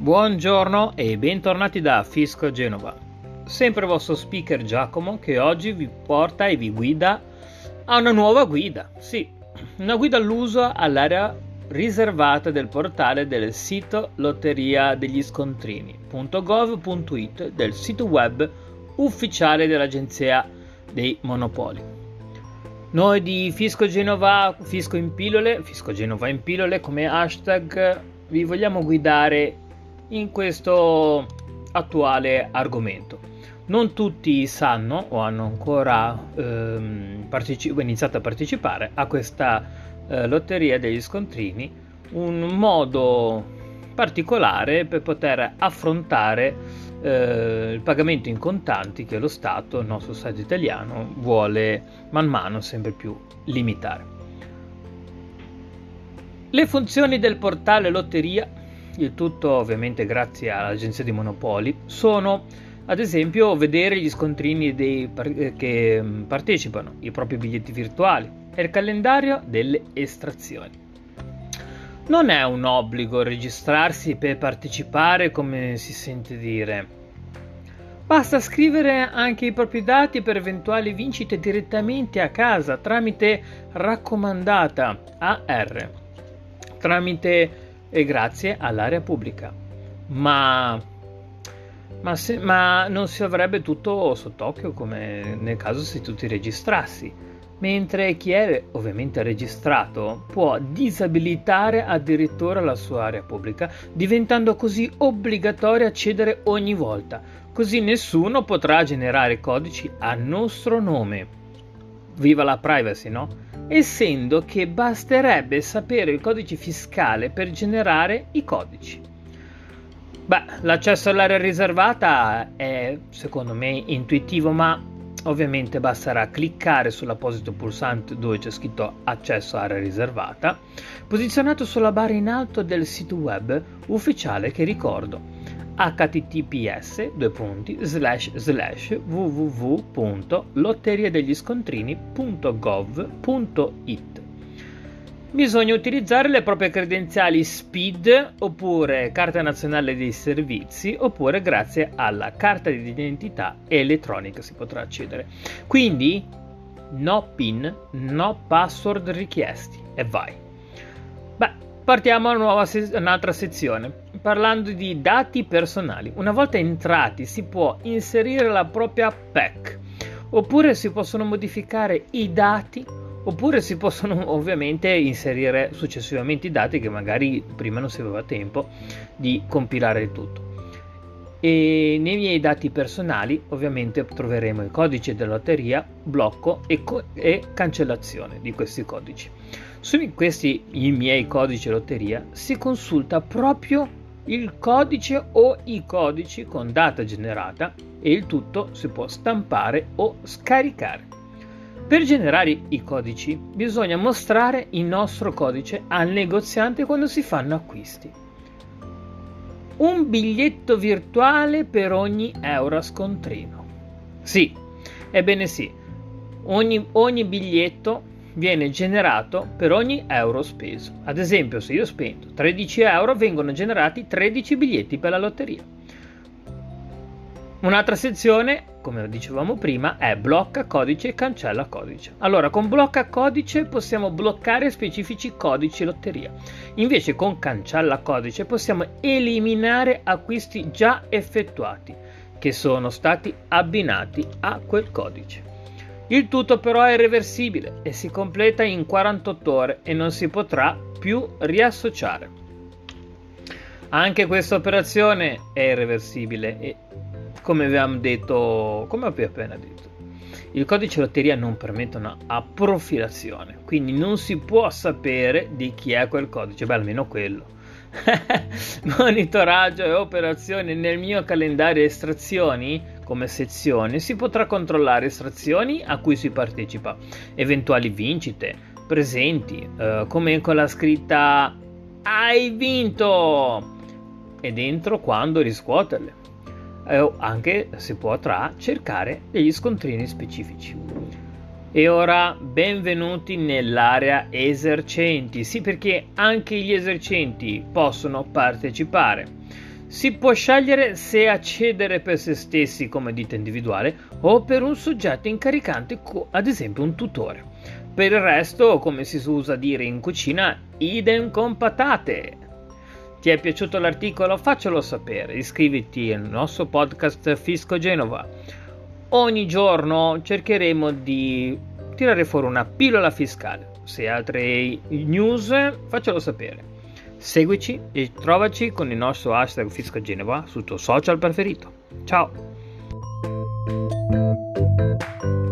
Buongiorno e bentornati da Fisco Genova, sempre il vostro speaker Giacomo che oggi vi porta e vi guida a una nuova guida, sì, una guida all'uso all'area riservata del portale del sito lotteria degli scontrini.gov.it, del sito web ufficiale dell'Agenzia dei Monopoli. Noi di Fisco Genova, Fisco Genova in pillole come hashtag vi vogliamo guidare in questo attuale argomento. Non tutti sanno o hanno ancora iniziato a partecipare a questa lotteria degli scontrini, un modo particolare per poter affrontare il pagamento in contanti che lo Stato, il nostro Stato italiano, vuole man mano sempre più limitare. Le funzioni del portale lotteria, il tutto ovviamente grazie all'Agenzia dei Monopoli, sono ad esempio vedere gli scontrini che partecipano, i propri biglietti virtuali e il calendario delle estrazioni. Non è un obbligo registrarsi per partecipare, come si sente dire. Basta scrivere anche i propri dati per eventuali vincite direttamente a casa tramite raccomandata AR, tramite e grazie all'area pubblica, ma non si avrebbe tutto sott'occhio come nel caso se tu ti registrassi, mentre chi è ovviamente registrato può disabilitare addirittura la sua area pubblica, diventando così obbligatorio accedere ogni volta, così nessuno potrà generare codici a nostro nome. Viva la privacy, no? Essendo che basterebbe sapere il codice fiscale per generare i codici. L'accesso all'area riservata è secondo me intuitivo, ma ovviamente basterà cliccare sull'apposito pulsante dove c'è scritto accesso area riservata, posizionato sulla barra in alto del sito web ufficiale che ricordo https://www.lotteriadegliescontrini.gov.it. Bisogna utilizzare le proprie credenziali SPID oppure carta nazionale dei servizi, oppure grazie alla carta di identità elettronica si potrà accedere. Quindi no PIN, no password richiesti e vai. Partiamo a un'altra sezione, parlando di dati personali. Una volta entrati si può inserire la propria PEC, oppure si possono modificare i dati, oppure si possono ovviamente inserire successivamente i dati che magari prima non si aveva tempo di compilare il tutto. E nei miei dati personali ovviamente troveremo il codice della lotteria, blocco e cancellazione di questi codici. Su questi i miei codici lotteria si consulta proprio il codice o i codici con data generata e il tutto si può stampare o scaricare. Per generare i codici bisogna mostrare il nostro codice al negoziante quando si fanno acquisti. Un biglietto virtuale per ogni euro a scontrino. Sì, ebbene sì, ogni biglietto viene generato per ogni euro speso. Ad esempio, se io spendo 13 euro, vengono generati 13 biglietti per la lotteria. Un'altra sezione, come dicevamo prima, è blocca codice e cancella codice. Allora, con blocca codice possiamo bloccare specifici codici lotteria. Invece con cancella codice possiamo eliminare acquisti già effettuati che sono stati abbinati a quel codice. Il tutto però è irreversibile e si completa in 48 ore e non si potrà più riassociare. Anche questa operazione è irreversibile e come abbiamo detto, come ho appena detto, il codice lotteria non permette una profilazione, quindi non si può sapere di chi è quel codice, almeno quello. Monitoraggio e operazioni. Nel mio calendario estrazioni come sezione si potrà controllare estrazioni a cui si partecipa, eventuali vincite, presenti, come con la scritta hai vinto e dentro quando riscuoterle. Anche si potrà cercare degli scontrini specifici. E ora benvenuti nell'area esercenti, sì, perché anche gli esercenti possono partecipare. Si può scegliere se accedere per se stessi come ditta individuale o per un soggetto incaricante, ad esempio un tutore. Per il resto, come si usa dire in cucina, idem con patate. Ti è piaciuto l'articolo? Faccelo sapere, iscriviti al nostro podcast Fisco Genova. Ogni giorno cercheremo di tirare fuori una pillola fiscale. Se hai altre news, faccelo sapere. Seguici e trovaci con il nostro hashtag Fisco Genova sul tuo social preferito. Ciao!